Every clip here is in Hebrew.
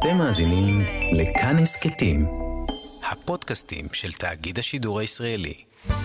אתם מאזינים לכאן הסכתים, הפודקאסטים של תאגיד השידור הישראלי.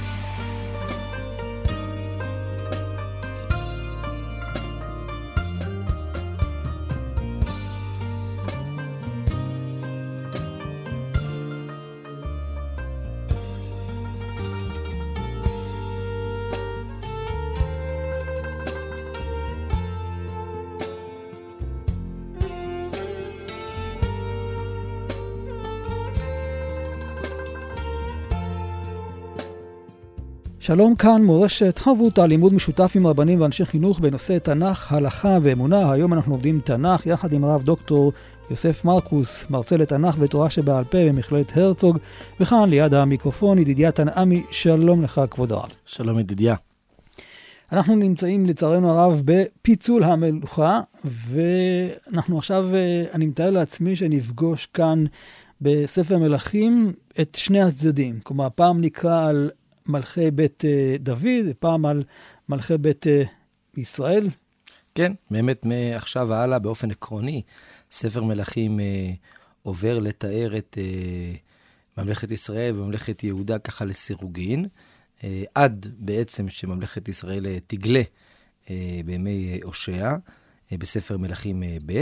שלום, כאן מורשת חבותה, לימוד משותף עם רבנים ואנשי חינוך בנושא תנ"ך, הלכה ואמונה. היום אנחנו לומדים תנ"ך יחד עם הרב דוקטור יוסף מרקוס, מרצה לתנ"ך ותורה שבעל פה במכללת הרצוג, וכאן ליד המיקרופון ידידיה תנעמי. שלום לך כבוד הרב. שלום ידידיה. אנחנו נמצאים לצערנו הרב בפיצול המלוכה, ואנחנו עכשיו, אני מתאר לעצמי שנפגוש כאן בספר מלכים את שני הצדדים. כלומר, פעם נקרא על מלכי בית דוד, פעם על מלכי בית ישראל. כן, באמת מעכשיו והלאה באופן עקרוני, ספר מלכים עובר לתאר את ממלכת ישראל וממלכת יהודה ככה לסירוגין, עד בעצם שממלכת ישראל תגלה בימי הושע, בספר מלכים ב'.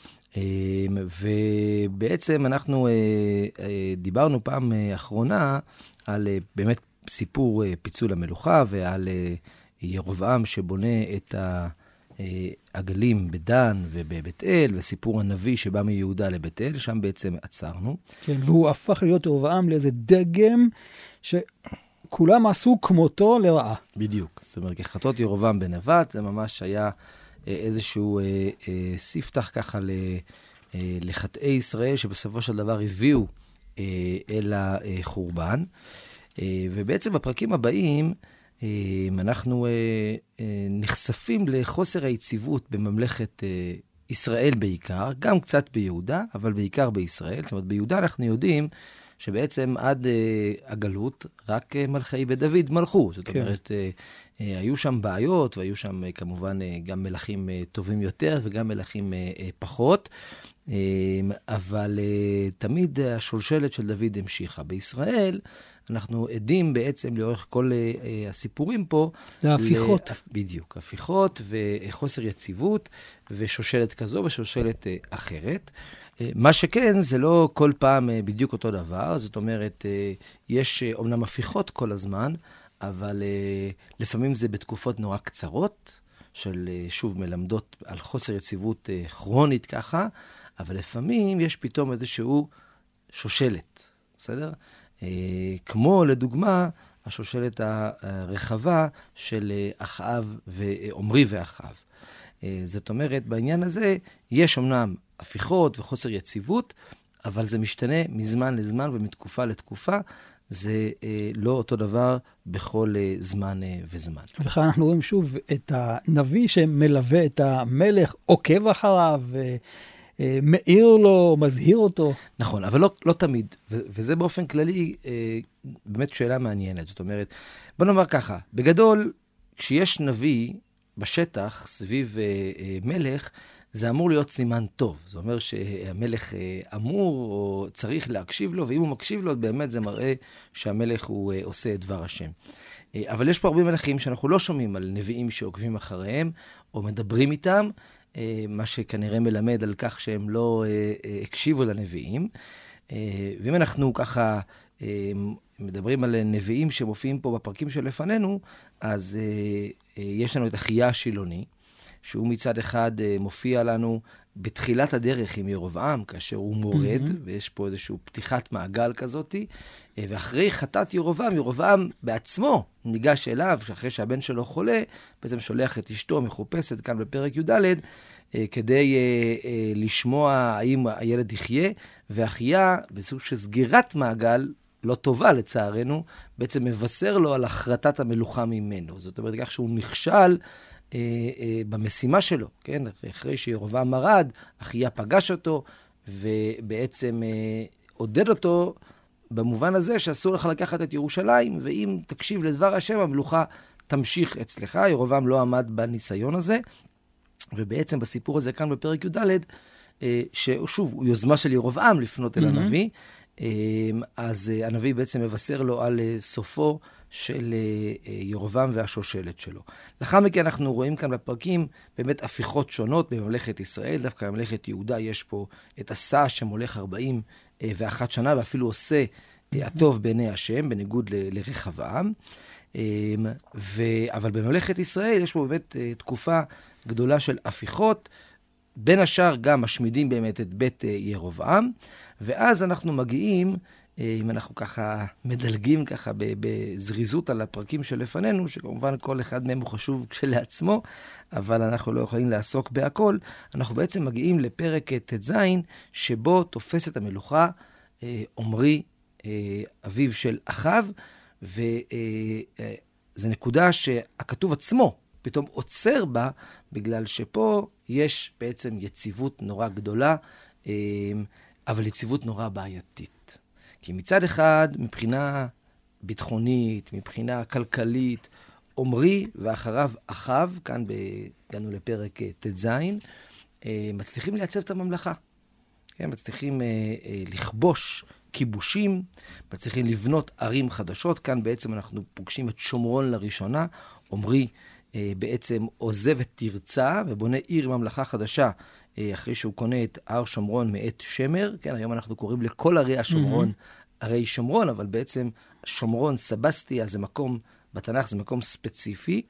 ובעצם אנחנו דיברנו פעם אחרונה על באמת סיפור פיצול המלוכה ועל ירובעם שבונה את העגלים בדן ובבית אל, וסיפור הנביא שבא מיהודה לבית אל, שם בעצם עצרנו. כן, והוא הפך להיות ירובעם לאיזה דגם שכולם עשו כמותו לרעה. בדיוק, זאת אומרת, כחטות ירובעם בנבט, זה ממש היה איזשהו ספתח ככה לחטאי ישראל, שבסופו של דבר הביאו אל החורבן. ובעצם בפרקים הבאים אנחנו נחשפים לחוסר היציבות בממלכת ישראל בעיקר, גם קצת ביהודה, אבל בעיקר בישראל. זאת אומרת, ביהודה אנחנו יודעים שבעצם עד הגלות רק מלכי בית דוד מלכו. זאת אומרת, היו שם בעיות, והיו שם כמובן גם מלכים טובים יותר וגם מלכים פחות, אבל תמיד השושלת של דוד המשיכה. בישראל אנחנו עדים בעצם לאורך כל הסיפורים פה. להפיכות. בדיוק, הפיכות וחוסר יציבות, ושושלת כזו ושושלת אחרת. מה שכן, זה לא כל פעם בדיוק אותו דבר. זאת אומרת, יש אומנם הפיכות כל הזמן, אבל לפעמים זה בתקופות נורא קצרות, של שוב מלמדות על חוסר יציבות כרונית ככה, אבל לפעמים יש פתאום איזשהו שושלת, בסדר? כמו לדוגמה, השושלת הרחבה של אחאב ועומרי ואחאב. זאת אומרת, בעניין הזה יש אמנם הפיכות וחוסר יציבות, אבל זה משתנה מזמן לזמן ומתקופה לתקופה. זה לא אותו דבר בכל זמן וזמן. וכאן אנחנו רואים שוב את הנביא שמלווה את המלך, עוקב אחריו, מאיר לו, מזהיר אותו. נכון, אבל לא תמיד. וזה באופן כללי באמת שאלה מעניינת. זאת אומרת, בוא נאמר ככה, בגדול, כשיש נביא בשטח סביב מלך, זה אמור להיות סימן טוב. זה אומר שהמלך אמור או צריך להקשיב לו, ואם הוא מקשיב לו, באמת זה מראה שהמלך הוא עושה את דבר השם. אבל יש פה הרבה מלכים שאנחנו לא שומעים על נביאים שעוקבים אחריהם, או מדברים איתם, מה שכנראה מלמד על כך שהם לא הקשיבו לנביאים. ואם אנחנו ככה מדברים על נביאים שמופיעים פה בפרקים שלפנינו, אז יש לנו את אחיה השילוני, שהוא מצד אחד מופיע לנו בתחילת הדרך עם ירובעם, כאשר הוא מורד, ויש פה איזושהי פתיחת מעגל כזאת, ואחרי חטאת ירובעם, ירובעם בעצמו ניגש אליו, שאחרי שהבן שלו חולה, בעצם שולח את אשתו מחופשת כאן בפרק י"ד, כדי לשמוע האם הילד יחיה, ואחיה, בסוג של סגירת מעגל, לא טובה לצערנו, בעצם מבשר לו על החרטת המלוכה ממנו. זאת אומרת, כך שהוא נכשל במשימה שלו, כן? אחרי שירובעם מרד, אחיה פגש אותו, ובעצם עודד אותו במובן הזה שאסור לך לקחת את ירושלים, ואם תקשיב לדבר השם, המלוכה תמשיך אצלך. ירובעם לא עמד בניסיון הזה, ובעצם בסיפור הזה כאן בפרק י"ד, ששוב, הוא יוזמה של ירבעם לפנות אל הנביא, אז הנביא בעצם מבשר לו על סופו של ירבעם והשושלת שלו. לאחר מכן אנחנו רואים כאן בפרקים באמת הפיכות שונות בממלכת ישראל, דווקא בממלכת יהודה יש פה את עשה שמולך 41 שנה, ואפילו עושה הטוב בעיני השם, בניגוד לרחבעם. אבל בממלכת ישראל יש פה באמת תקופה גדולה של הפיכות, בין השאר גם משמידים באמת את בית ירבעם, ואז אנחנו מגיעים, אם אנחנו ככה מדלגים ככה בזריזות על הפרקים שלפנינו, שכמובן כל אחד מהם הוא חשוב כשלעצמו, אבל אנחנו לא יכולים לעסוק בהכל, אנחנו בעצם מגיעים לפרק ט"ז, שבו תופס את המלוכה עמרי, אביו של אחאב, וזו נקודה שהכתוב עצמו פתאום עוצר בה, בגלל שפה יש בעצם יציבות נורא גדולה, אבל יציבות נורא בעייתית. כי מצד אחד, מבחינה ביטחונית, מבחינה כלכלית, עמרי ואחריו אחאב, כאן הגענו לפרק ט"ז, מצליחים לייצב את הממלכה. כן, מצליחים לכבוש כיבושים, מצליחים לבנות ערים חדשות. כאן בעצם אנחנו פוגשים את שומרון לראשונה. עמרי בעצם עוזב את תרצה ובונה עיר ממלכה חדשה, אחרי שהוא קונה את הר שומרון מאת שמר. כן, היום אנחנו קוראים לכל ערי השומרון ערי שומרון, אבל בעצם שומרון, סבסטיה, זה מקום, בתנ"ך זה מקום ספציפי.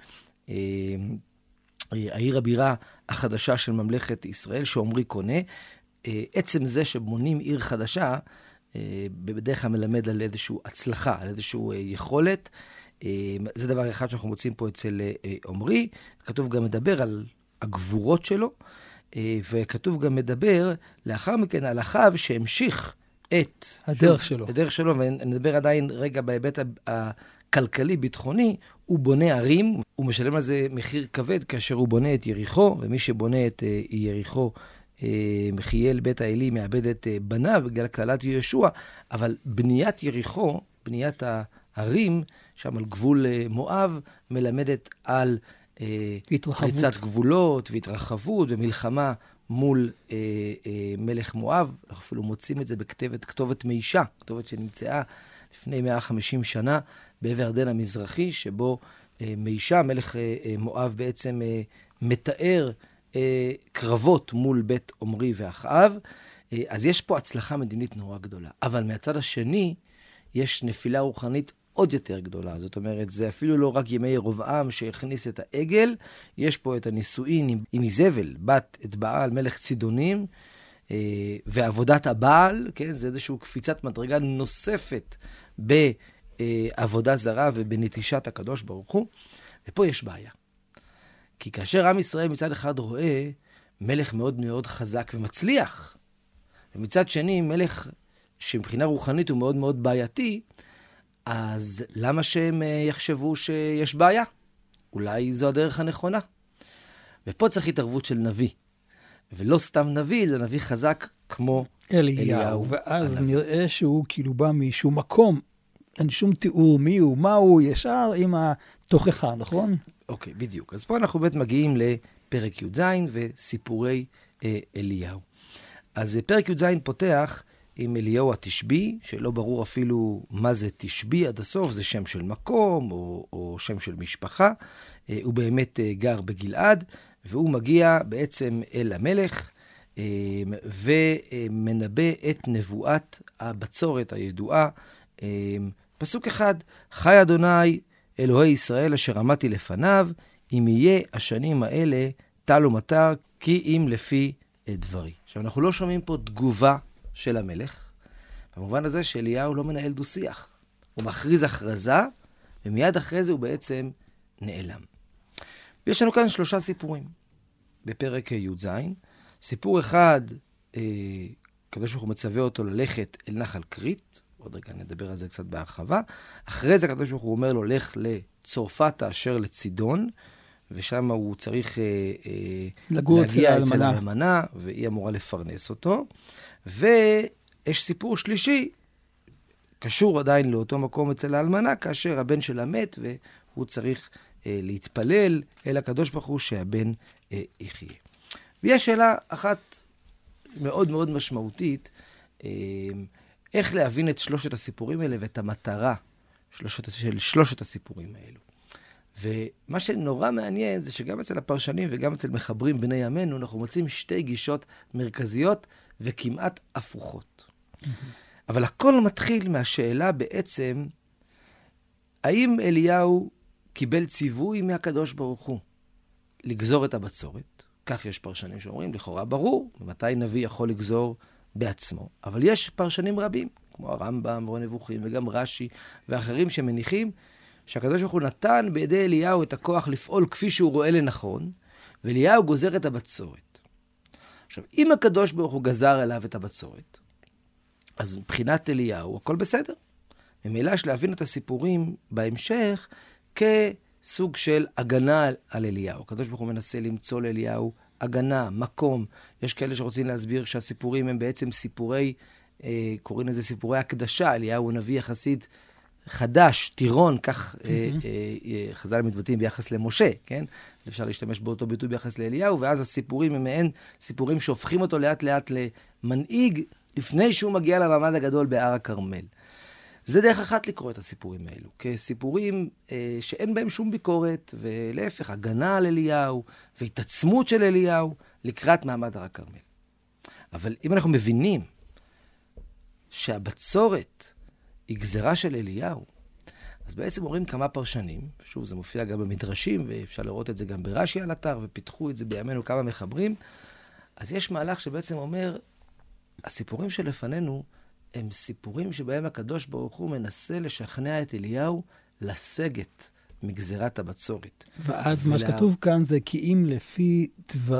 העיר הבירה החדשה של ממלכת ישראל שעמרי קונה. עצם זה שבונים עיר חדשה, בדרך כלל מלמד על איזושהי הצלחה, על איזושהי יכולת. זה דבר אחד שאנחנו מוצאים פה אצל עמרי. כתוב גם מדבר על הגבורות שלו, וכתוב גם מדבר לאחר מכן על אחאב שהמשיך את הדרך שלו. הדרך שלו, ונדבר עדיין רגע בהיבט הכלכלי-ביטחוני, הוא בונה ערים, הוא משלם על זה מחיר כבד כאשר הוא בונה את יריחו, ומי שבונה את יריחו, מחיאל בית האלי מאבד את בניו בגלל כללת ישוע, אבל בניית יריחו, בניית הערים, שם על גבול מואב, מלמדת על פריצת גבולות והתרחבות ומלחמה מול מלך מואב. אנחנו אפילו מוצאים את זה כתובת מישה, כתובת שנמצאה לפני 150 שנה בעבר הירדן המזרחי, שבו מישה, מלך מואב, בעצם מתאר קרבות מול בית עמרי ואחאב. אז יש פה הצלחה מדינית נורא גדולה. אבל מהצד השני, יש נפילה רוחנית עוד יותר גדולה. זאת אומרת, זה אפילו לא רק ימי ירבעם שהכניס את העגל, יש פה את הנישואין עם איזבל, בת את בעל מלך צידונים, ועבודת הבעל, כן? זה איזושהי קפיצת מדרגה נוספת בעבודה זרה ובנטישת הקדוש ברוך הוא. ופה יש בעיה. כי כאשר עם ישראל מצד אחד רואה מלך מאוד מאוד חזק ומצליח, ומצד שני מלך שמבחינה רוחנית הוא מאוד מאוד בעייתי, אז למה שהם יחשבו שיש בעיה? אולי זו הדרך הנכונה. ופה צריך התערבות של נביא. ולא סתם נביא, זה נביא חזק כמו אליהו. ואז נראה שהוא כאילו בא מאיזשהו מקום, אין שום תיאור מי הוא, מה הוא, ישר עם התוכחה, נכון? אוקיי, בדיוק. אז פה אנחנו באמת מגיעים לפרק י"ז וסיפורי אליהו. אז פרק י"ז פותח עם אליהו התשבי, שלא ברור אפילו מה זה תשבי עד הסוף, זה שם של מקום או שם של משפחה. הוא באמת גר בגלעד, והוא מגיע בעצם אל המלך, ומנבא את נבואת הבצורת הידועה. פסוק אחד, חי אדוני אלוהי ישראל אשר עמדתי לפניו, אם יהיה השנים האלה טל ומטר, כי אם לפי דברי. עכשיו, אנחנו לא שומעים פה תגובה של המלך, במובן הזה שאליהו לא מנהל דו-שיח. הוא מכריז הכרזה, ומיד אחרי זה הוא בעצם נעלם. ויש לנו כאן 3 סיפורים בפרק י"ז. סיפור אחד, הקדוש ברוך הוא מצווה אותו ללכת אל נחל כרית, עוד רגע נדבר על זה קצת בהרחבה. אחרי זה הקדוש ברוך הוא אומר לו, לך לצרפתה אשר לצידון, ושם הוא צריך להגיע אצל האלמנה, והיא אמורה לפרנס אותו. ויש סיפור שלישי, קשור עדיין לאותו מקום אצל האלמנה, כאשר הבן שלה מת, והוא צריך להתפלל אל הקדוש ברוך הוא שהבן יחיה. ויש שאלה אחת מאוד מאוד משמעותית, איך להבין את שלושת הסיפורים האלה ואת המטרה של שלושת הסיפורים האלו. ומה שנורא מעניין זה שגם אצל הפרשנים וגם אצל מחברים בני ימינו, אנחנו מוצאים שתי גישות מרכזיות וכמעט הפוכות. אבל הכל מתחיל מהשאלה בעצם, האם אליהו קיבל ציווי מהקדוש ברוך הוא לגזור את הבצורת? כך יש פרשנים שאומרים, לכאורה ברור, מתי נביא יכול לגזור בעצמו. אבל יש פרשנים רבים, כמו הרמב"ם, מורה נבוכים וגם רש"י ואחרים שמניחים, שהקדוש ברוך הוא נתן בידי אליהו את הכוח לפעול כפי שהוא רואה לנכון, ואליהו גוזר את הבצורת. עכשיו, אם הקדוש ברוך הוא גזר אליו את הבצורת, אז מבחינת אליהו הכל בסדר. ממילא יש להבין את הסיפורים בהמשך כסוג של הגנה על אליהו. הקדוש ברוך הוא מנסה למצוא לאליהו הגנה, מקום. יש כאלה שרוצים להסביר שהסיפורים הם בעצם סיפורי, קוראים לזה סיפורי הקדשה. אליהו הוא נביא יחסית חדש, טירון, כך חז"ל מתבטאים ביחס למשה, כן? אפשר להשתמש באותו ביטוי ביחס לאליהו, ואז הסיפורים הם מעין סיפורים שהופכים אותו לאט לאט למנהיג, לפני שהוא מגיע למעמד הגדול בהר הכרמל. זה דרך אחת לקרוא את הסיפורים האלו, כסיפורים שאין בהם שום ביקורת, ולהפך, הגנה על אליהו, והתעצמות של אליהו, לקראת מעמד הר הכרמל. אבל אם אנחנו מבינים שהבצורת היא גזרה של אליהו, אז בעצם אומרים כמה פרשנים, שוב, זה מופיע גם במדרשים, ואפשר לראות את זה גם ברש"י על אתר, ופיתחו את זה בימינו כמה מחברים, אז יש מהלך שבעצם אומר, הסיפורים שלפנינו הם סיפורים שבהם הקדוש ברוך הוא מנסה לשכנע את אליהו לסגת מגזירת הבצורת. ואז מה שכתוב כאן זה כי אם לפי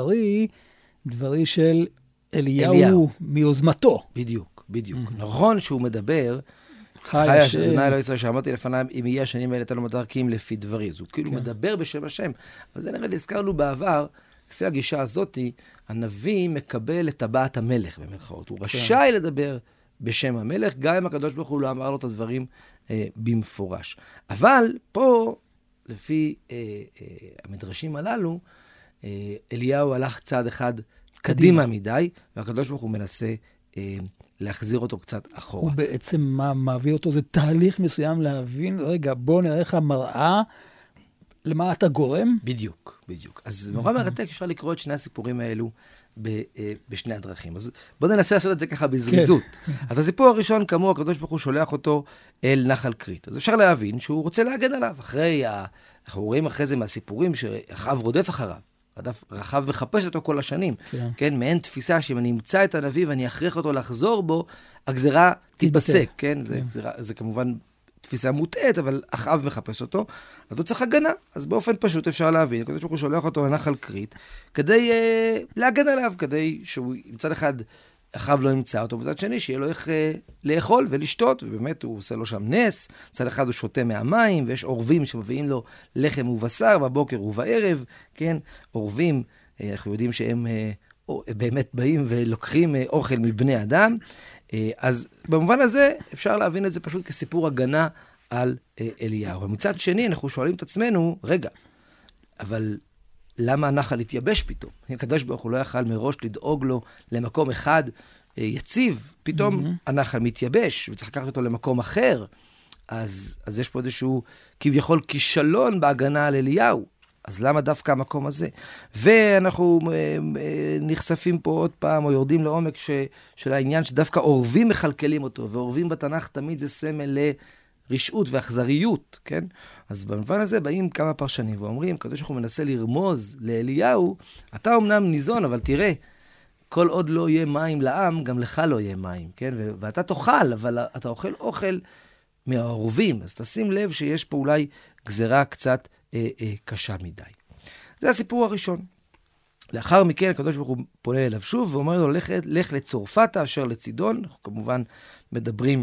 דברי של אליהו מיוזמתו. בדיוק. נכון שהוא מדבר, חי אשר אדוני אלוהי ישראל שאמרתי לפניו, אם יהיה השנים האלה תלו מדר כי אם לפי דברי. אז הוא כאילו מדבר בשם השם. אבל זה נראה לי, הזכרנו בעבר, לפי הגישה הזאת, הנביא מקבל את טבעת המלך במרכאות. הוא רשאי לדבר בשם המלך, גם אם הקדוש ברוך הוא לא אמר לו את הדברים במפורש. אבל פה, לפי המדרשים הללו, אליהו הלך צעד אחד קדימה מדי, והקדוש ברוך הוא מנסה להחזיר אותו קצת אחורה. הוא בעצם מה מעביר אותו? זה תהליך מסוים להבין, רגע, בוא נראה איך המראה, למה אתה גורם? בדיוק. אז נורא מרתק, אפשר לקרוא את שני הסיפורים האלו בשני הדרכים. אז בואו ננסה לעשות את זה ככה בזריזות. אז הסיפור הראשון, כאמור, הקדוש ברוך הוא שולח אותו אל נחל כרית. אז אפשר להבין שהוא רוצה להגן עליו. אנחנו רואים אחרי זה מהסיפורים שאחיו רודף אחריו. רחב מחפש אותו כל השנים. כן, מעין תפיסה שאם אני אמצא את הנביא ואני אכריח אותו לחזור בו, הגזרה תיפסק. כן, זה כמובן תפיסה מוטעת, אבל אחאב מחפש אותו, אז הוא צריך הגנה. אז באופן פשוט אפשר להבין, הקדוש ברוך הוא שולח אותו לנחל כרית, כדי להגן עליו, כדי שהוא מצד אחד, אחאב לא ימצא אותו, מצד שני, שיהיה לו איך לאכול ולשתות, ובאמת הוא עושה לו שם נס, מצד אחד הוא שותה מהמים, ויש עורבים שמביאים לו לחם ובשר, בבוקר ובערב, כן, עורבים, אנחנו יודעים שהם באמת באים ולוקחים אוכל מבני אדם, אז במובן הזה אפשר להבין את זה פשוט כסיפור הגנה על אליהו. ומצד שני אנחנו שואלים את עצמנו, רגע, אבל למה הנחל התייבש פתאום? אם הקדוש ברוך הוא לא יכל מראש לדאוג לו למקום אחד יציב, פתאום הנחל מתייבש וצריך לקחת אותו למקום אחר, אז יש פה איזשהו כביכול כישלון בהגנה על אליהו. אז למה דווקא המקום הזה? ואנחנו נחשפים פה עוד פעם, או יורדים לעומק של העניין שדווקא עורבים מחלקלים אותו, ועורבים בתנ"ך תמיד זה סמל לרשעות ואכזריות, כן? אז במובן הזה באים כמה פרשנים ואומרים, הקדוש ברוך הוא מנסה לרמוז לאליהו, אתה אומנם ניזון, אבל תראה, כל עוד לא יהיה מים לעם, גם לך לא יהיה מים, כן? ואתה תאכל, אבל אתה אוכל מהעורבים, אז תשים לב שיש פה אולי גזרה קצת קשה מדי. זה הסיפור הראשון. לאחר מכן הקדוש ברוך הוא פונה אליו שוב ואומר לו לך לצורפתה אשר לצידון. אנחנו כמובן מדברים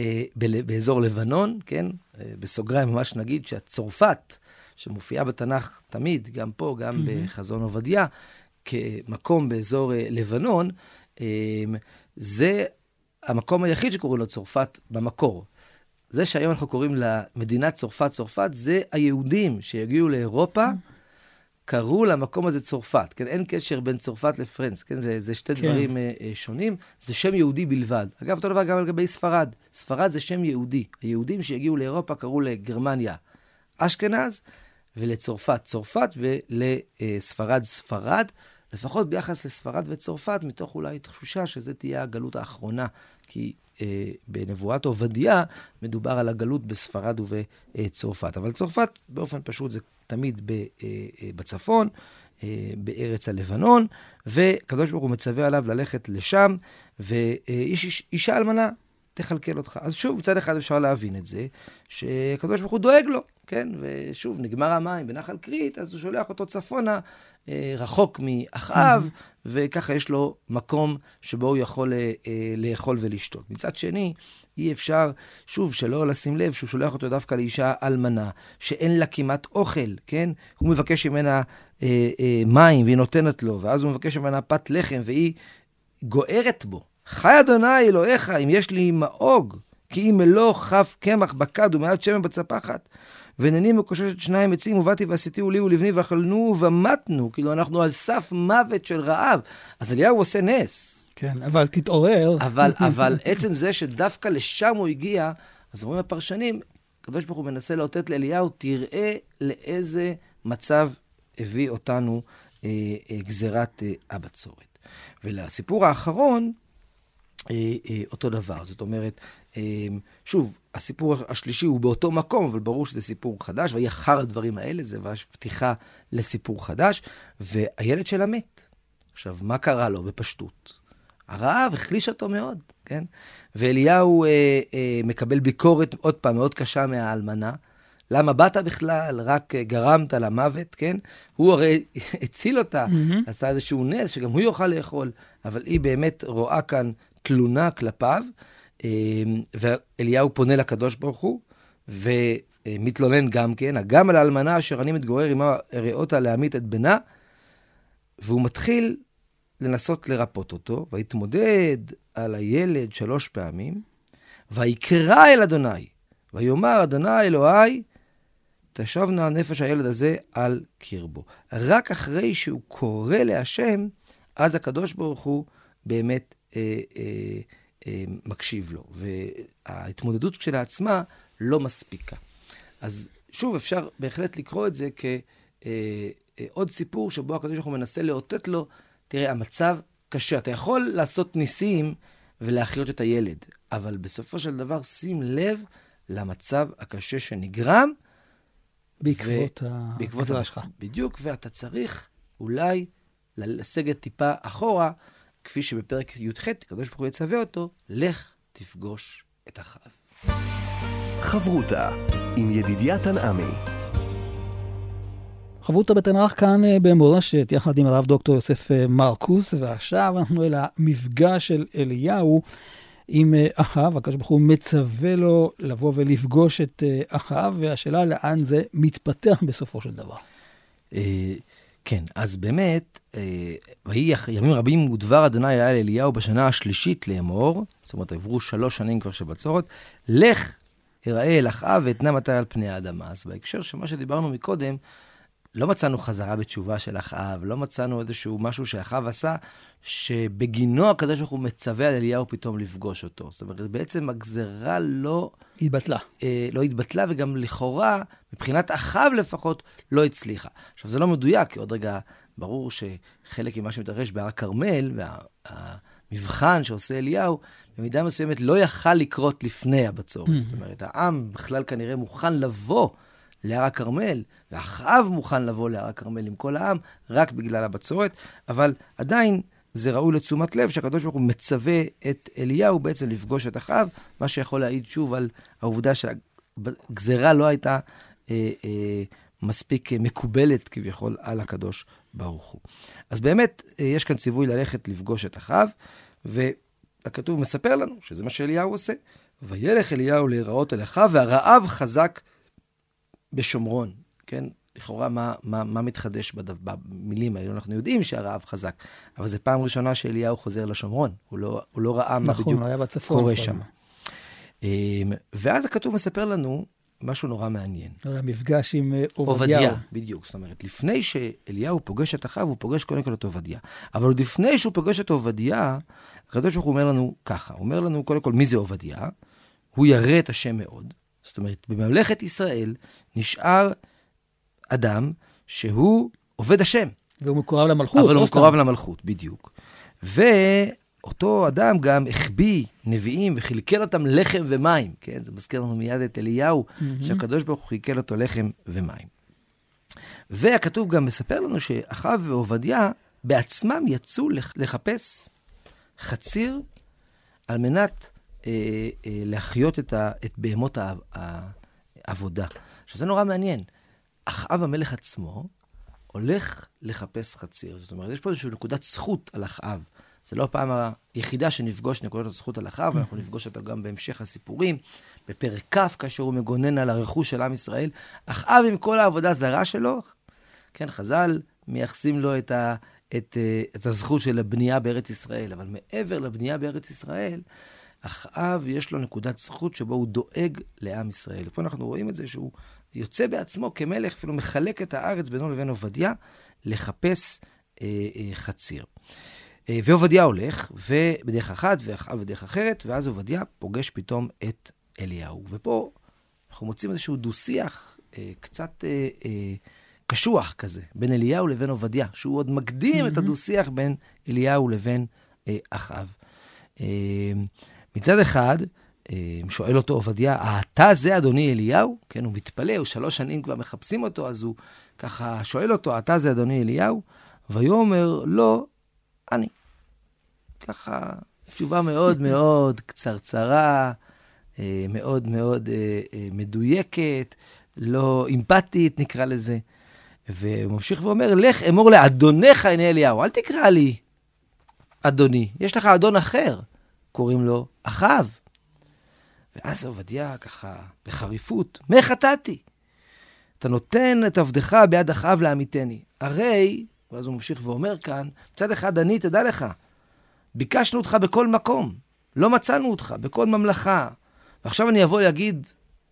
באזור לבנון, כן? בסוגריים ממש נגיד שהצורפת שמופיעה בתנ"ך תמיד, גם פה, גם בחזון עובדיה, כמקום באזור לבנון, זה המקום היחיד שקוראים לו צורפת במקור. זה שהיום אנחנו קוראים למדינת צרפת, זה היהודים שיגיעו לאירופה קראו למקום הזה צרפת, כן? אין קשר בין צרפת לפרנס, כן? זה שתי דברים שונים, זה שם יהודי בלבד. אגב, אותו דבר גם לגבי ספרד. ספרד זה שם יהודי. היהודים שהגיעו לאירופה קראו לגרמניה אשכנז, ולצרפת צרפת, ולספרד ספרד. לפחות ביחס לספרד וצרפת, מתוך אולי תחושה שזה תהיה הגלות האחרונה, כי בנבואת עובדיה מדובר על הגלות בספרד ובצרפת. אבל צרפת באופן פשוט זה תמיד בצפון, בארץ הלבנון, וקדוש ברוך הוא מצווה עליו ללכת לשם, ואישה אלמנה תכלכל אותך. אז שוב, מצד אחד אפשר להבין את זה, שקדוש ברוך הוא דואג לו, כן? ושוב, נגמר המים בנחל קרית, אז הוא שולח אותו צפונה, רחוק מאחאב, וככה יש לו מקום שבו הוא יכול לאכול ולשתות. מצד שני, אי אפשר, שוב, שלא לשים לב שהוא שולח אותו דווקא לאישה אלמנה, שאין לה כמעט אוכל, כן? הוא מבקש ממנה מים, והיא נותנת לו, ואז הוא מבקש ממנה פת לחם, והיא גוערת בו. חי אדוני אלוהיך, אם יש לי מאוג, כי אם לא חף קמח בקד ומעט שמן בצפחת, ונני מקוששת 2 עצים, ובאתי ועשיתיהו לי ולבני, ואכלנו ומתנו, כאילו אנחנו על סף מוות של רעב. אז אליהו עושה נס. כן, אבל תתעורר. אבל עצם זה שדווקא לשם הוא הגיע, אז אומרים הפרשנים, הקדוש ברוך הוא מנסה לאותת לאליהו, תראה לאיזה מצב הביא אותנו גזירת הבצורת. ולסיפור האחרון, אותו דבר. זאת אומרת, שוב, הסיפור השלישי הוא באותו מקום, אבל ברור שזה סיפור חדש, והיא אחר הדברים האלה, זה פתיחה לסיפור חדש, והילד שלה מת. עכשיו, מה קרה לו בפשטות? הרעב החליש אותו מאוד, כן? ואליהו מקבל ביקורת עוד פעם מאוד קשה מהאלמנה, למה באת בכלל? רק גרמת למוות, כן? הוא הרי הציל אותה, עשה איזשהו נס, שגם הוא יוכל לאכול, אבל היא באמת רואה כאן תלונה כלפיו, ואליהו פונה לקדוש ברוך הוא, ומתלונן גם כן, גם על האלמנה אשר אני מתגורר עמה הראותה להמית את בנה, והוא מתחיל לנסות לרפות אותו, והתמודד על הילד 3 פעמים, ויקרא אל אדוני, ויאמר אדוני אלוהי, תשבנה נפש הילד הזה על קרבו. רק אחרי שהוא קורא להשם, אז הקדוש ברוך הוא באמת מקשיב לו. וההתמודדות כשלעצמה לא מספיקה. אז שוב, אפשר בהחלט לקרוא את זה כעוד סיפור שבו הקדוש ברוך הוא מנסה לאותת לו, תראה, המצב קשה. אתה יכול לעשות ניסים ולהחיות את הילד, אבל בסופו של דבר שים לב למצב הקשה שנגרם, בעקבות הגזרה שלך. בדיוק, ואתה צריך אולי לסגת טיפה אחורה, כפי שבפרק י"ח, הקדוש ברוך הוא יצווה אותו, לך תפגוש את אחאב. חברותה עם ידידיה תנעמי. חברותה בתנ"ך כאן במורשת, יחד עם הרב דוקטור יוסף מרקוס, ועכשיו אנחנו אל המפגש של אליהו עם אחאב. הקדוש ברוך הוא מצווה לו לבוא ולפגוש את אחאב, והשאלה לאן זה מתפתח בסופו של דבר. כן, אז באמת, ויהי ימים רבים ודבר אדוני היה לאליהו בשנה השלישית לאמור, זאת אומרת, עברו 3 שנים כבר שבצורת, לך הראה אל אחאב ואתנה מטר על פני האדמה. אז בהקשר שמה שדיברנו מקודם, לא מצאנו חזרה בתשובה של אחאב, לא מצאנו איזשהו משהו שאחאב עשה, שבגינו הקדוש ברוך הוא מצווה על אליהו פתאום לפגוש אותו. זאת אומרת, בעצם הגזרה לא התבטלה, וגם לכאורה, מבחינת אחאב לפחות, לא הצליחה. עכשיו, זה לא מדויק, כי עוד רגע ברור שחלק ממה שמתרחש בהר הכרמל, והמבחן שעושה אליהו, במידה מסוימת לא יכל לקרות לפני הבצורת. זאת אומרת, העם בכלל כנראה מוכן לבוא להר הכרמל, ואחאב מוכן לבוא להר הכרמל עם כל העם, רק בגלל הבצורת, אבל עדיין זה ראוי לתשומת לב שהקדוש ברוך הוא מצווה את אליהו בעצם לפגוש את אחאב, מה שיכול להעיד שוב על העובדה שהגזרה לא הייתה מספיק מקובלת כביכול על הקדוש ברוך הוא. אז באמת יש כאן ציווי ללכת לפגוש את אחאב, והכתוב מספר לנו שזה מה שאליהו עושה, וילך אליהו להיראות אל אחאב, והרעב חזק בשומרון, כן? לכאורה מה מתחדש במילים האלה? אנחנו יודעים שהרעב חזק, אבל זה פעם ראשונה שאליהו חוזר לשומרון, הוא לא ראה מה בדיוק קורה שם. ואז הכתוב מספר לנו משהו נורא מעניין. המפגש עם עובדיה. עובדיה, בדיוק. זאת אומרת, לפני שאליהו פוגש את אחיו, הוא פוגש קודם כל את עובדיה. אבל עוד לפני שהוא פוגש את עובדיה, הקדוש ברוך הוא אומר לנו ככה, הוא אומר לנו קודם כל מי זה עובדיה, הוא ירא את השם מאוד. זאת אומרת, בממלכת ישראל נשאר אדם שהוא עובד השם. והוא מקורב למלכות. אבל הוא מקורב למלכות, בדיוק. ואותו אדם גם החביא נביאים וחילקל אותם לחם ומים. כן? זה מזכיר לנו מיד את אליהו, שהקדוש ברוך הוא חילקל אותו לחם ומים. והכתוב גם מספר לנו שאחיו ועובדיה בעצמם יצאו לחפש חציר על מנת להחיות את בהמות העבודה. שזה נורא מעניין. אחאב המלך עצמו הולך לחפש חציר. זאת אומרת, יש פה איזושהי נקודת זכות על אחאב. זה לא הפעם היחידה שנפגוש נקודת הזכות על אחאב, אנחנו נפגוש אותו גם בהמשך הסיפורים, בפרק כ' כאשר הוא מגונן על הרכוש של עם ישראל. אחאב עם כל העבודה זרה שלו, כן, חז"ל מייחסים לו את הזכות של הבנייה בארץ ישראל, אבל מעבר לבנייה בארץ ישראל, אחאב יש לו נקודת זכות שבו הוא דואג לעם ישראל. פה אנחנו רואים את זה שהוא יוצא בעצמו כמלך, אפילו מחלק את הארץ בינו לבין עובדיה, לחפש חציר. ועובדיה הולך, ובדרך אחת, ואחאב בדרך אחרת, ואז עובדיה פוגש פתאום את אליהו. ופה אנחנו מוצאים איזשהו דו-שיח קצת קשוח כזה, בין אליהו לבין עובדיה, שהוא עוד מקדים את הדו-שיח בין אליהו לבין אחאב. מצד אחד, שואל אותו עובדיה, אתה זה אדוני אליהו? כן, הוא מתפלא, הוא 3 שנים כבר מחפשים אותו, אז הוא ככה שואל אותו, אתה זה אדוני אליהו? ויאמר, לא, אני. ככה, תשובה מאוד מאוד קצרצרה, מאוד מאוד מדויקת, לא אמפתית נקרא לזה. והוא ממשיך ואומר, לך אמור לאדונך עיני אליהו, אל תקרא לי אדוני, יש לך אדון אחר, קוראים לו אחאב. ואז עובדיה ככה בחריפות, מה חטאתי? אתה נותן את עבדך ביד אחאב לעמיתני. הרי, ואז הוא ממשיך ואומר כאן, מצד אחד אני תדע לך, ביקשנו אותך בכל מקום, לא מצאנו אותך בכל ממלכה, ועכשיו אני אבוא להגיד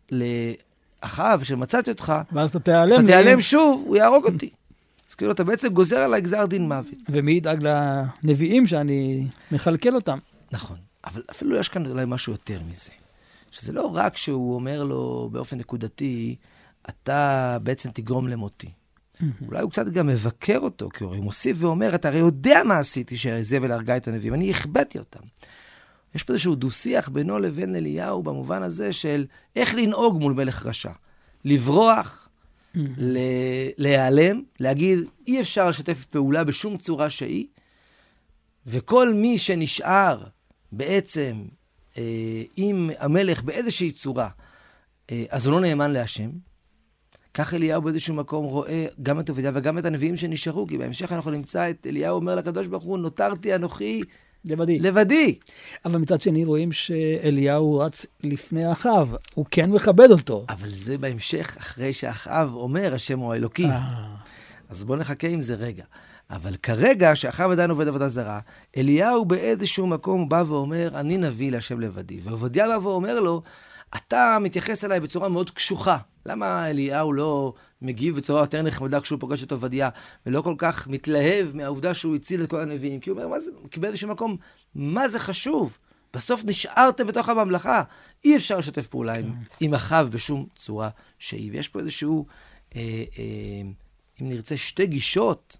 לאחאב שמצאתי אותך, ואז אתה תיעלם. אתה תיעלם שוב, הוא יהרוג אותי. אז כאילו אתה בעצם גוזר עליי גזר דין מוות. ומי ידאג לנביאים שאני מחלקל אותם. נכון, אבל אפילו יש כאן אולי משהו יותר מזה. שזה לא רק שהוא אומר לו באופן נקודתי, אתה בעצם תגרום למותי. אולי הוא קצת גם מבקר אותו, כי הוא מוסיף ואומר, אתה הרי יודע מה עשיתי שהזבל הרגה את הנביאים, אני הכבדתי אותם. יש פה איזשהו דו-שיח בינו לבין אליהו במובן הזה של איך לנהוג מול מלך רשע. לברוח, להיעלם, להגיד, אי אפשר לשתף פעולה בשום צורה שהיא, וכל מי שנשאר בעצם עם המלך באיזושהי צורה, אז הוא לא נאמן להשם. כך אליהו באיזשהו מקום רואה גם את עובדיה וגם את הנביאים שנשארו, כי בהמשך אנחנו נמצא את אליהו אומר לקדוש ברוך הוא, נותרתי אנוכי לבדי. אבל מצד שני רואים שאליהו רץ לפני אחאב, הוא כן מכבד אותו. אבל זה בהמשך אחרי שאחאב אומר, השם הוא האלוקים. אז בואו נחכה עם זה רגע. אבל כרגע, שאחאב עדיין עובד עבודה זרה, אליהו באיזשהו מקום בא ואומר, אני נביא להשם לבדי. ועובדיה בא ואומר לו, אתה מתייחס אליי בצורה מאוד קשוחה. למה אליהו לא מגיב בצורה יותר נחמדה כשהוא פוגש את עובדיה, ולא כל כך מתלהב מהעובדה שהוא הציל את כל הנביאים? כי הוא אומר, כי באיזשהו מקום, מה זה חשוב? בסוף נשארתם בתוך הממלכה. אי אפשר לשתף פעולה עם אחאב בשום צורה שהיא. ויש פה איזשהו, אם נרצה, 2 גישות,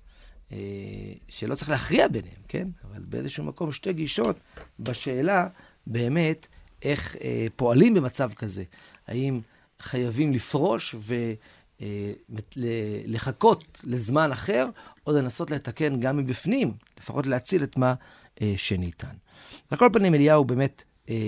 שלא צריך להכריע ביניהם, כן? אבל באיזשהו מקום 2 גישות בשאלה באמת איך פועלים במצב כזה. האם חייבים לפרוש ולחכות לזמן אחר, או לנסות לתקן גם מבפנים, לפחות להציל את מה שניתן. על כל פנים אליהו באמת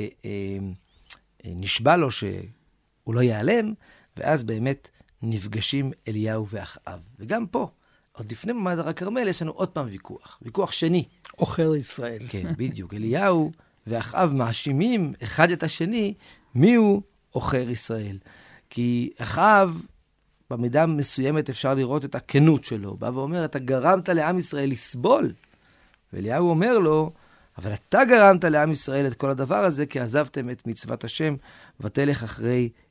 נשבע לו שהוא לא ייעלם, ואז באמת נפגשים אליהו ואחאב. וגם פה, עוד לפני מעמד הר הכרמל, יש לנו עוד פעם ויכוח שני. עוכר ישראל. כן, בדיוק. אליהו ואחאב מאשימים אחד את השני, מי הוא עוכר ישראל. כי אחאב, במידה מסוימת אפשר לראות את הכנות שלו. בא ואומר, אתה גרמת לעם ישראל לסבול. ואליהו אומר לו, אבל אתה גרמת לעם ישראל את כל הדבר הזה, כי עזבתם את מצוות השם, ותלך אחרי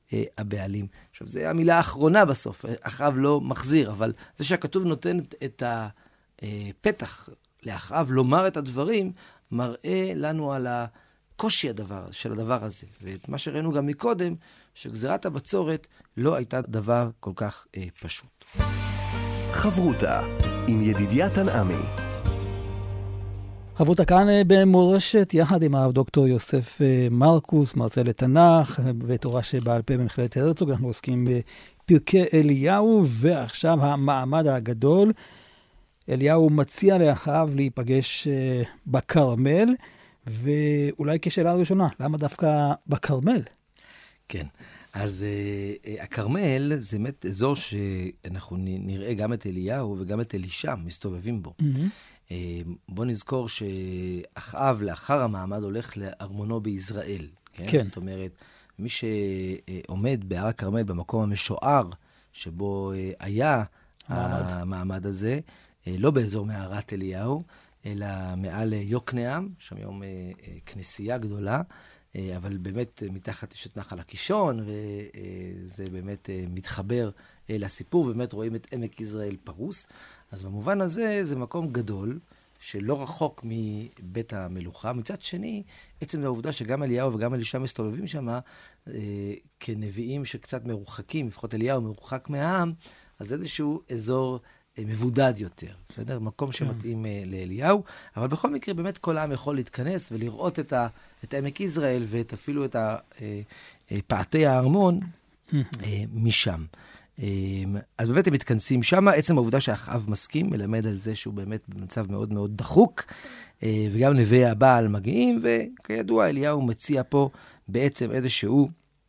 הבעלים. עכשיו, זו המילה האחרונה בסוף, אחאב לא מחזיר, אבל זה שהכתוב נותן את הפתח לאחאב לומר את הדברים, מראה לנו על הקושי של הדבר הזה. ואת מה שראינו גם מקודם, שגזירת הבצורת לא הייתה דבר כל כך פשוט. חברותה עם ידידיה תנעמי. חברותה כאן במורשת, יחד עם הרב דוקטור יוסף מרקוס, מרצה לתנ"ך ותורה שבעל פה במכללת הרצוג. אנחנו עוסקים בפרקי אליהו, ועכשיו המעמד הגדול. אליהו מציע לאחאב להיפגש בכרמל, ואולי כשאלה הראשונה, למה דווקא בכרמל? כן, אז הכרמל זה באמת אזור שאנחנו נראה גם את אליהו וגם את אלישע מסתובבים בו. בוא נזכור שאחאב לאחר המעמד הולך לארמונו ביזרעאל. כן? זאת אומרת, מי שעומד בהר הכרמל במקום המשוער שבו היה המעמד הזה, לא באזור מערת אליהו, אלא מעל יוקנעם, שם היום כנסייה גדולה, אבל באמת מתחת יש את נחל הקישון, וזה באמת מתחבר לסיפור, ובאמת רואים את עמק יזרעאל פרוס. אז במובן הזה זה מקום גדול, שלא רחוק מבית המלוכה. מצד שני, עצם העובדה שגם אליהו וגם אלישע מסתובבים שם, כנביאים שקצת מרוחקים, לפחות אליהו מרוחק מהעם, אז זה איזשהו אזור מבודד יותר, בסדר? מקום שמתאים לאליהו, אבל בכל מקרה באמת כל העם יכול להתכנס ולראות את עמק יזרעאל ואת אפילו את פעתי הארמון משם. אז באמת הם מתכנסים שם. עצם העובדה שאחאב מסכים מלמד על זה שהוא באמת במצב מאוד מאוד דחוק, וגם נביאי הבעל מגיעים, וכידוע אליהו מציע פה בעצם איזשהו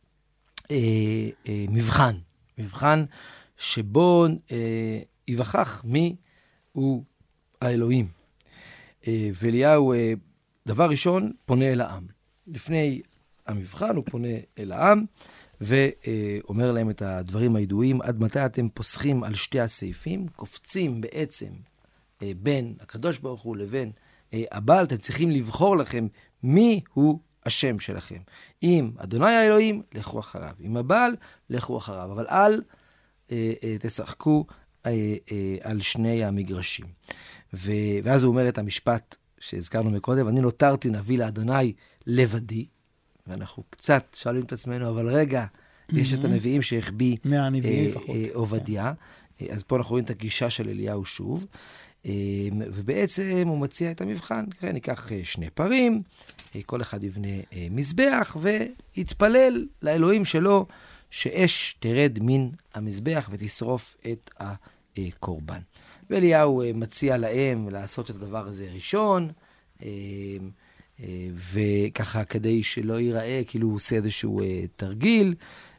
מבחן שבו יווכח מי הוא האלוהים. ואליהו, דבר ראשון, פונה אל העם. לפני המבחן הוא פונה אל העם, ואומר להם את הדברים הידועים, עד מתי אתם פוסחים על שתי הסעיפים, קופצים בעצם בין הקדוש ברוך הוא לבין הבעל, אתם צריכים לבחור לכם מי הוא השם שלכם. אם אדוני האלוהים, לכו אחריו. אם הבעל, לכו אחריו. אבל אל תשחקו על שני המגרשים. ואז הוא אומר את המשפט שהזכרנו מקודם, אני נותרתי נביא לאדוני לבדי, ואנחנו קצת שואלים את עצמנו, אבל רגע, יש את הנביאים שהחביא עובדיה, אז פה אנחנו רואים את הגישה של אליהו שוב, ובעצם הוא מציע את המבחן, ניקח שני פרים, כל אחד יבנה מזבח, ויתפלל לאלוהים שלו, שאש תרד מן המזבח ותשרוף את הקורבן. ואליהו מציע להם לעשות את הדבר הזה ראשון, וככה כדי שלא ייראה כאילו הוא עושה איזשהו תרגיל.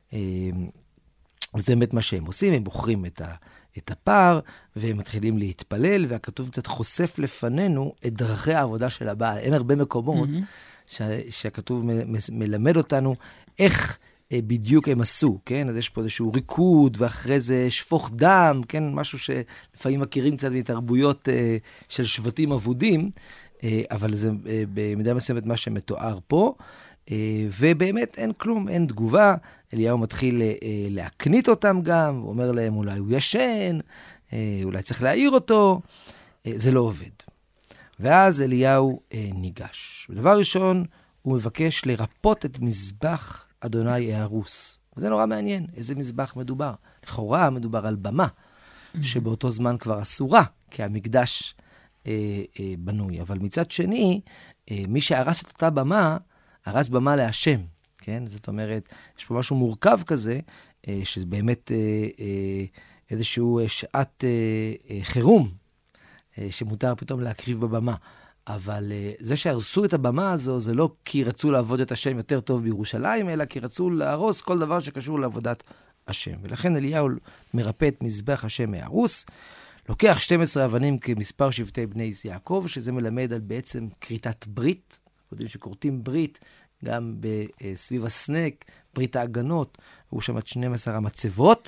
וזה באמת מה שהם עושים, הם בוחרים את הפר, והם מתחילים להתפלל, והכתוב קצת חושף לפנינו את דרכי העבודה של הבעל. אין הרבה מקומות שהכתוב מלמד אותנו איך בדיוק הם עשו, כן? אז יש פה איזשהו ריקוד, ואחרי זה שפוך דם, כן? משהו שלפעמים מכירים קצת מתרבויות של שבטים אבודים, אבל זה במידה מסוימת מה שמתואר פה, ובאמת אין כלום, אין תגובה. אליהו מתחיל להקנית אותם גם, הוא אומר להם אולי הוא ישן, אולי צריך להעיר אותו, זה לא עובד. ואז אליהו ניגש. ודבר ראשון, הוא מבקש לרפות את מזבח אדוני ההרוס. וזה נורא מעניין, איזה מזבח מדובר. לכאורה מדובר על במה, שבאותו זמן כבר אסורה, כי המקדש בנוי. אבל מצד שני, מי שהרס את אותה במה, הרס במה להשם. כן? זאת אומרת, יש פה משהו מורכב כזה, שזה באמת איזשהו שעת חירום, שמותר פתאום להקריב בבמה. אבל זה שהרסו את הבמה הזו, זה לא כי רצו לעבוד את השם יותר טוב בירושלים, אלא כי רצו להרוס כל דבר שקשור לעבודת השם. ולכן אליהו מרפא את מזבח השם מהרוס, לוקח 12 אבנים כמספר שבטי בני יעקב, שזה מלמד על בעצם כריתת ברית. יודעים שכורתים ברית גם סביב הסנק, ברית ההגנות, הוא שם את 12 המצבות,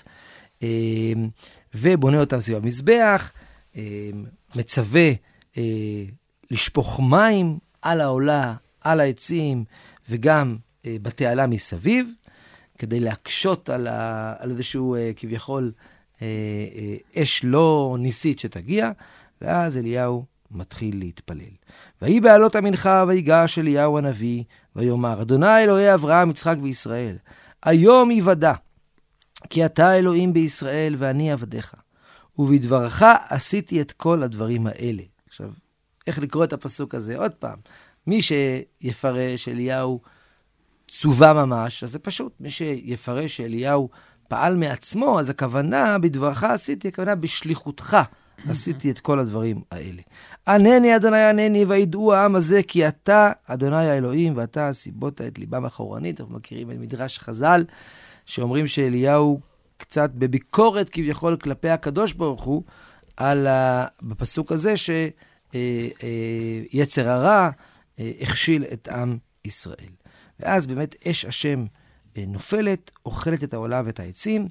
ובונה אותם סביב המזבח, מצווה לשפוך מים על העולה, על העצים, וגם בתעלה מסביב, כדי להקשות על איזשהו כביכול אש לא ניסית שתגיע, ואז אליהו מתחיל להתפלל. ויהי בעלות המנחה, ויגש אליהו הנביא, ויאמר, אדוני אלוהי אברהם, יצחק וישראל, היום יוודע, כי אתה אלוהים בישראל ואני עבדיך, ובדברך עשיתי את כל הדברים האלה. עכשיו, איך לקרוא את הפסוק הזה? עוד פעם, מי שיפרש אליהו צובה ממש, אז זה פשוט. מי שיפרש שאליהו פעל מעצמו, אז הכוונה בדברך עשיתי, הכוונה בשליחותך עשיתי את כל הדברים האלה. ענני אדוני ענני, וידעו העם הזה כי אתה אדוני האלוהים, ואתה סיבות את ליבם אחורנית. אנחנו מכירים את מדרש חז"ל, שאומרים שאליהו קצת בביקורת כביכול כלפי הקדוש ברוך הוא, בפסוק הזה שיצר הרע הכשיל את עם ישראל. ואז באמת אש השם נופלת, אוכלת את העולה ואת העצים,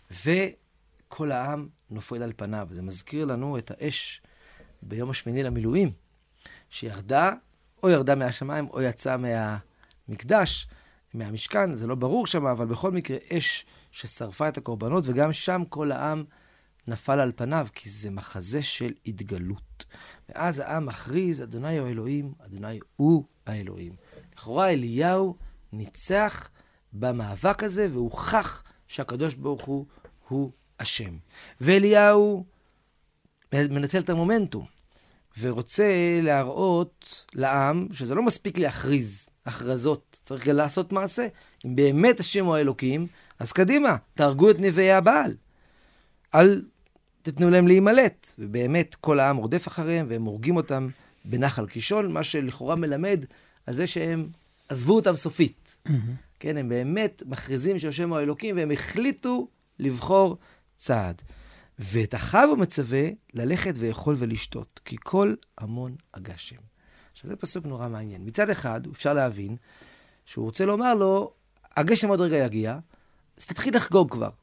וכל העם נופל על פניו. זה מזכיר לנו את האש ביום השמיני למילואים, שירדה, או ירדה מהשמיים, או יצאה מהמקדש, מהמשכן, זה לא ברור שם, אבל בכל מקרה אש ששרפה את הקורבנות, וגם שם כל העם נפל על פניו, כי זה מחזה של התגלות. ואז העם מכריז, אדוני הוא האלוהים, אדוני הוא האלוהים. לכאורה אליהו ניצח במאבק הזה, והוכח שהקדוש ברוך הוא השם. ואליהו מנצל את המומנטום, ורוצה להראות לעם שזה לא מספיק להכריז הכרזות, צריך גם לעשות מעשה. אם באמת השם הוא האלוקים, אז קדימה, תהרגו את נביאי הבעל. אל תתנו להם להימלט. ובאמת כל העם רודף אחריהם, והם הורגים אותם בנחל קישון, מה שלכאורה מלמד על זה שהם עזבו אותם סופית. כן, הם באמת מכריזים שהשם הוא האלוקים, והם החליטו לבחור צעד. ואת אחאב הוא מצווה ללכת ויאכול ולשתות, כי כל המון הגשם. עכשיו זה פסוק נורא מעניין. מצד אחד, אפשר להבין שהוא רוצה לומר לו, הגשם עוד רגע יגיע, אז תתחיל לחגוג כבר.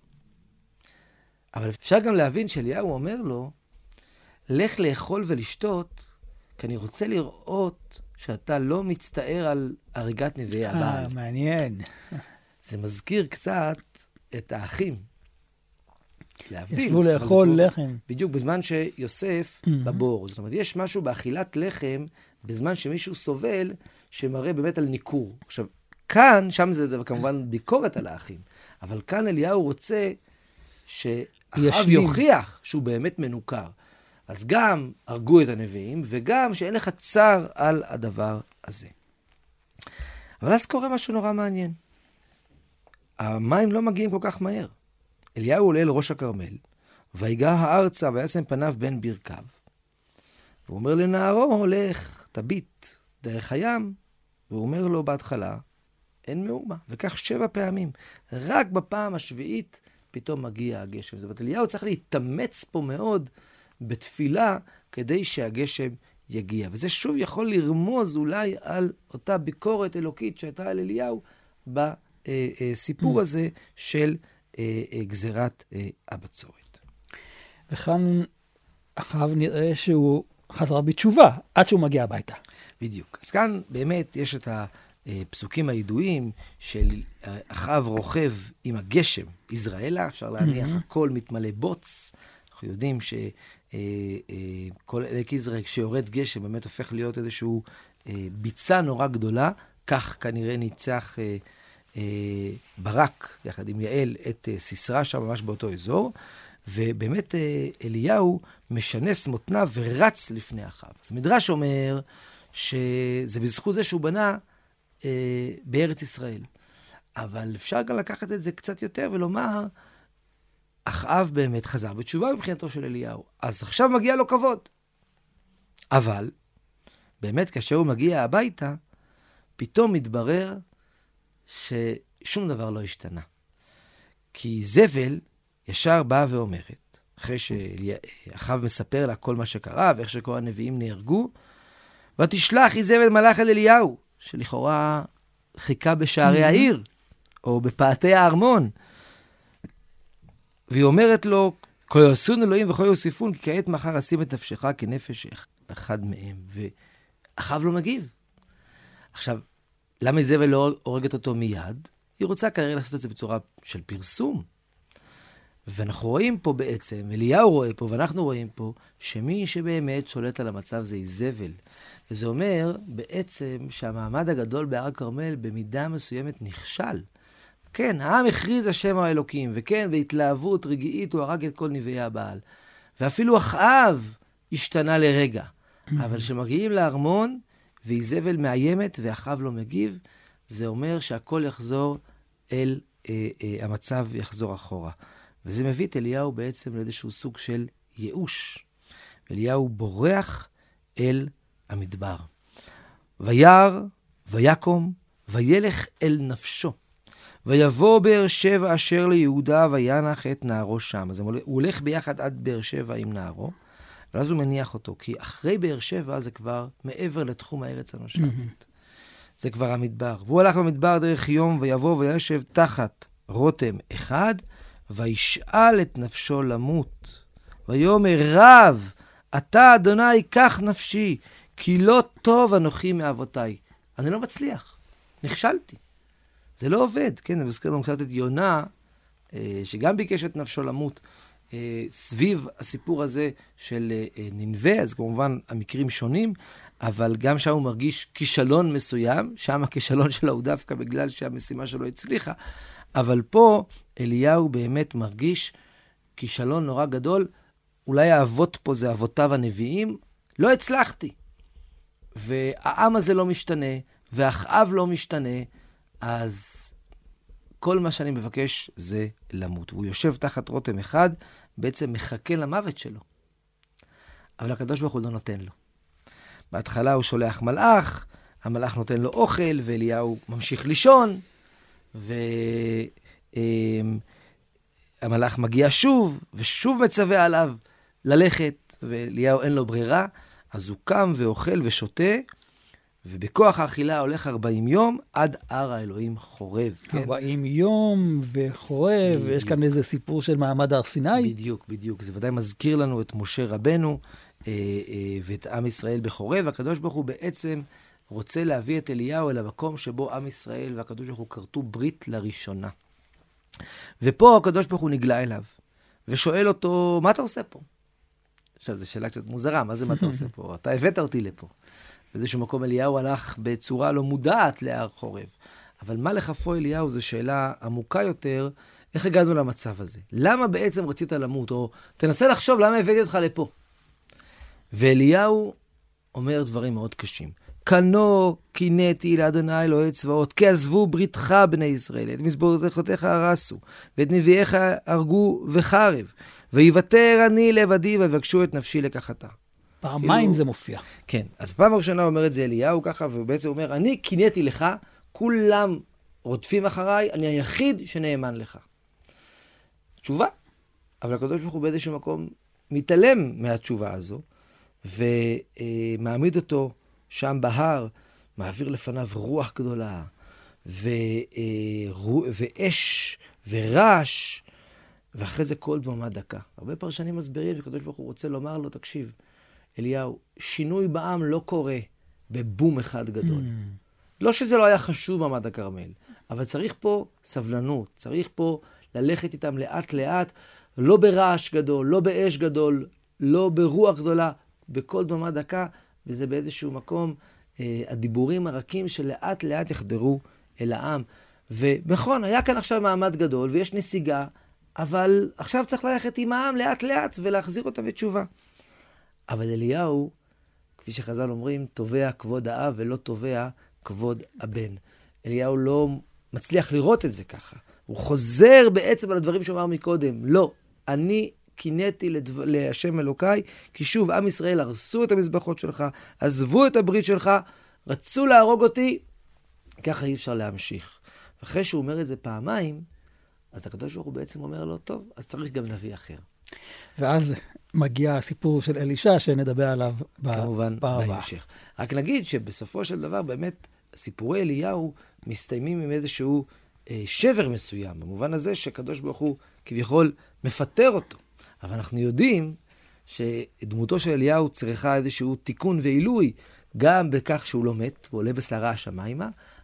אבל אפשר גם להבין שאליהו אומר לו, לך לאכול ולשתות, כי אני רוצה לראות שאתה לא מצטער על הריגת נביאי הבעל. מעניין. זה מזכיר קצת את האחים. להבדיל. ישבו לאכול לחם. בדיוק בזמן שיוסף בבור. זאת אומרת, יש משהו באכילת לחם, בזמן שמישהו סובל, שמראה באמת על ניכור. עכשיו, כאן, שם זה כמובן ביקורת על האחים, אבל כאן אליהו רוצה שאחאב יוכיח שהוא באמת מנוכר. אז גם הרגו את הנביאים, וגם שאין לך צער על הדבר הזה. אבל אז קורה משהו נורא מעניין. המים לא מגיעים כל כך מהר. אליהו עולה לראש הכרמל, ויגע הארצה וישם פניו בין ברכיו. והוא אומר לנערו, הולך, תביט דרך הים, והוא אומר לו בהתחלה, אין מאומה. וכך 7 פעמים. רק בפעם השביעית פתאום מגיע הגשם. זאת אומרת, אליהו צריך להתאמץ פה מאוד בתפילה כדי שהגשם יגיע. וזה שוב יכול לרמוז אולי על אותה ביקורת אלוקית שהייתה על אליהו בסיפור הזה של גזירת הבצורת. וכאן אחאב נראה שהוא חזר בתשובה עד שהוא מגיע הביתה. בדיוק. אז כאן באמת יש את הפסוקים הידועים של אחאב רוכב עם הגשם יזרעאלה, אפשר להניח הכל מתמלא בוץ. אנחנו יודעים שכל עמק יזרעאל כשיורד גשם באמת הופך להיות איזשהו ביצה נורא גדולה, כך כנראה ניצח ברק יחד עם יעל את סיסרא שם ממש באותו אזור, ובאמת אליהו משנס מותניו ורץ לפני אחאב. אז מדרש אומר שזה בזכות זה שהוא בנה בארץ ישראל. אבל אפשר גם לקחת את זה קצת יותר ולומר, אחאב באמת חזר בתשובה מבחינתו של אליהו. אז עכשיו מגיע לו כבוד. אבל באמת כאשר הוא מגיע הביתה, פתאום מתברר ששום דבר לא השתנה. כי זבל ישר באה ואומרת, אחרי שאחאב מספר לה כל מה שקרה, ואיך שכל הנביאים נהרגו, ותשלח איזבל מלאך אל אליהו, שלכאורה חיכה בשערי העיר, או בפאתי הארמון. והיא אומרת לו, כה יעשון אלוהים וכה יוסיפון, כי כעת מחר אשים את נפשך כנפש אחד מהם. ואחאב לא מגיב. עכשיו, למה איזבל לא הורגת אותו מיד? היא רוצה כנראה לעשות את זה בצורה של פרסום. ואנחנו רואים פה בעצם, אליהו רואה פה, ואנחנו רואים פה, שמי שבאמת שולט על המצב זה איזבל. וזה אומר בעצם שהמעמד הגדול בהר כרמל במידה מסוימת נכשל. כן, העם הכריז השם האלוקים, וכן, בהתלהבות רגיעית הוא הרג את כל נביאי הבעל. ואפילו אחאב השתנה לרגע. אבל כשמגיעים לארמון, ואיזבל מאיימת ואחאב לא מגיב, זה אומר שהכל יחזור אל, המצב יחזור אחורה. וזה מביא את אליהו בעצם לאיזשהו סוג של ייאוש. אליהו בורח אל המדבר. וירא, ויקום, וילך אל נפשו. ויבוא באר שבע אשר ליהודה, וינח את נערו שם. אז הוא הולך ביחד עד באר שבע עם נערו, ואז הוא מניח אותו, כי אחרי באר שבע זה כבר מעבר לתחום הארץ הנושבת. זה כבר המדבר. והוא הלך במדבר דרך יום, ויבוא וישב תחת רותם אחד, וישאל את נפשו למות. ויאמר רב, אתה אדוני קח נפשי, כי לא טוב אנוכי מאבותיי. אני לא מצליח, נכשלתי. זה לא עובד, כן, זה מזכיר לנו קצת את יונה, שגם ביקש את נפשו למות, סביב הסיפור הזה של נינווה, אז כמובן המקרים שונים, אבל גם שם הוא מרגיש כישלון מסוים, שם הכישלון שלו הוא דווקא בגלל שהמשימה שלו הצליחה, אבל פה אליהו באמת מרגיש כישלון נורא גדול, אולי האבות פה זה אבותיו הנביאים, לא הצלחתי. והעם הזה לא משתנה, ואחאב לא משתנה, אז כל מה שאני מבקש זה למות. והוא יושב תחת רותם אחד, בעצם מחכה למוות שלו. אבל הקדוש ברוך הוא לא נותן לו. בהתחלה הוא שולח מלאך, המלאך נותן לו אוכל, ואליהו ממשיך לישון, והמלאך מגיע שוב, ושוב מצווה עליו ללכת, ואליהו אין לו ברירה, אז הוא קם ואוכל ושותה, ובכוח האכילה הולך 40 יום עד הר האלוהים חורב. 40 יום וחורב, ויש כאן איזה סיפור של מעמד הר סיני. בדיוק, בדיוק. זה ודאי מזכיר לנו את משה רבנו ואת עם ישראל בחורב. הקדוש ברוך הוא בעצם רוצה להביא את אליהו אל המקום שבו עם ישראל והקדוש ברוך הוא כרתו ברית לראשונה. ופה הקדוש ברוך הוא נגלה אליו, ושואל אותו, מה אתה עושה פה? עכשיו, זו שאלה קצת מוזרה, מה זה מה אתה עושה פה? אתה הבאת אותי לפה. באיזשהו מקום אליהו הלך בצורה לא מודעת להר חורב. אבל מה לחפו אליהו זו שאלה עמוקה יותר, איך הגענו למצב הזה? למה בעצם רצית למות? או תנסה לחשוב למה הבאתי אותך לפה. ואליהו אומר דברים מאוד קשים. כנו קינאתי לאדוני אלוהי צבאות, כי עזבו בריתך בני ישראל, את מזבחותיך הרסו, ואת נביאיך הרגו וחרב, ויוותר אני לבדי ויבקשו את נפשי לקחתה. פעמיים זה מופיע. כן, אז פעם הראשונה אומר את זה אליהו ככה, והוא בעצם אומר, אני קינאתי לך, כולם רודפים אחריי, אני היחיד שנאמן לך. תשובה, אבל הקדוש ברוך הוא באיזשהו מקום מתעלם מהתשובה הזו, ומעמיד אותו שם בהר, מעביר לפניו רוח גדולה, ואש ורעש, ואחרי זה כל דממה דקה. הרבה פרשנים מסבירים שקדוש ברוך הוא רוצה לומר לו, תקשיב, אליהו, שינוי בעם לא קורה בבום אחד גדול. לא שזה לא היה חשוב מעמד הכרמל, אבל צריך פה סבלנות, צריך פה ללכת איתם לאט לאט, לא ברעש גדול, לא באש גדול, לא ברוח גדולה, בכל דממה דקה, וזה באיזשהו מקום הדיבורים הרכים שלאט לאט יחדרו אל העם. ונכון, היה כאן עכשיו מעמד גדול ויש נסיגה, אבל עכשיו צריך ללכת עם העם לאט לאט ולהחזיר אותה בתשובה. אבל אליהו, כפי שחז"ל אומרים, תובע כבוד האב ולא תובע כבוד הבן. אליהו לא מצליח לראות את זה ככה. הוא חוזר בעצם על הדברים שאמר מקודם. לא, אני קינאתי להשם אלוקיי, כי שוב, עם ישראל הרסו את המזבחות שלך, עזבו את הברית שלך, רצו להרוג אותי, ככה אי אפשר להמשיך. ואחרי שהוא אומר את זה פעמיים, אז הקדוש ברוך הוא בעצם אומר לו, טוב, אז צריך גם נביא אחר. ואז מגיע הסיפור של אלישע, שנדבר עליו כמובן בהמשך. רק נגיד שבסופו של דבר, באמת, סיפורי אליהו מסתיימים עם איזשהו שבר מסוים, במובן הזה שקדוש ברוך הוא כביכול מפטר אותו. אבל אנחנו יודעים שדמותו של אליהו צריכה איזשהו תיקון ועילוי, גם בכך שהוא לא מת, ועולה בסערה השמיימה,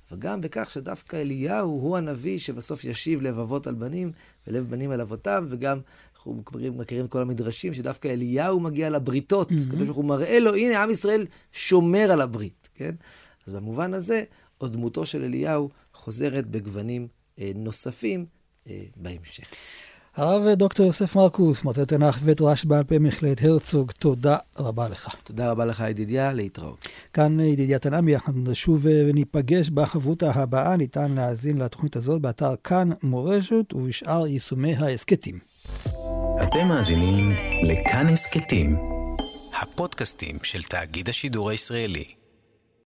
וגם בכך שדווקא אליהו הוא הנביא שבסוף ישיב לב אבות על בנים ולב בנים על אבותם, וגם אנחנו מכירים כל המדרשים שדווקא אליהו מגיע לבריתות, כתוב שהוא מראה לו, הנה עם ישראל שומר על הברית, כן? אז במובן הזה, עוד דמותו של אליהו חוזרת בגוונים נוספים בהמשך. הרב דוקטור יוסף מרקוס, מרצה תנ"ך ותורה שבעל פה מכללת הרצוג, תודה רבה לך. תודה רבה לך ידידיה, להתראות. כאן ידידיה תנעמי, אנחנו נשוב וניפגש בחברותה הבאה. ניתן להאזין לתוכנית הזאת באתר כאן מורשת ובשאר יישומי ההסכתים. אתם מאזינים לכאן הסכתים, הפודקאסטים של תאגיד השידור הישראלי.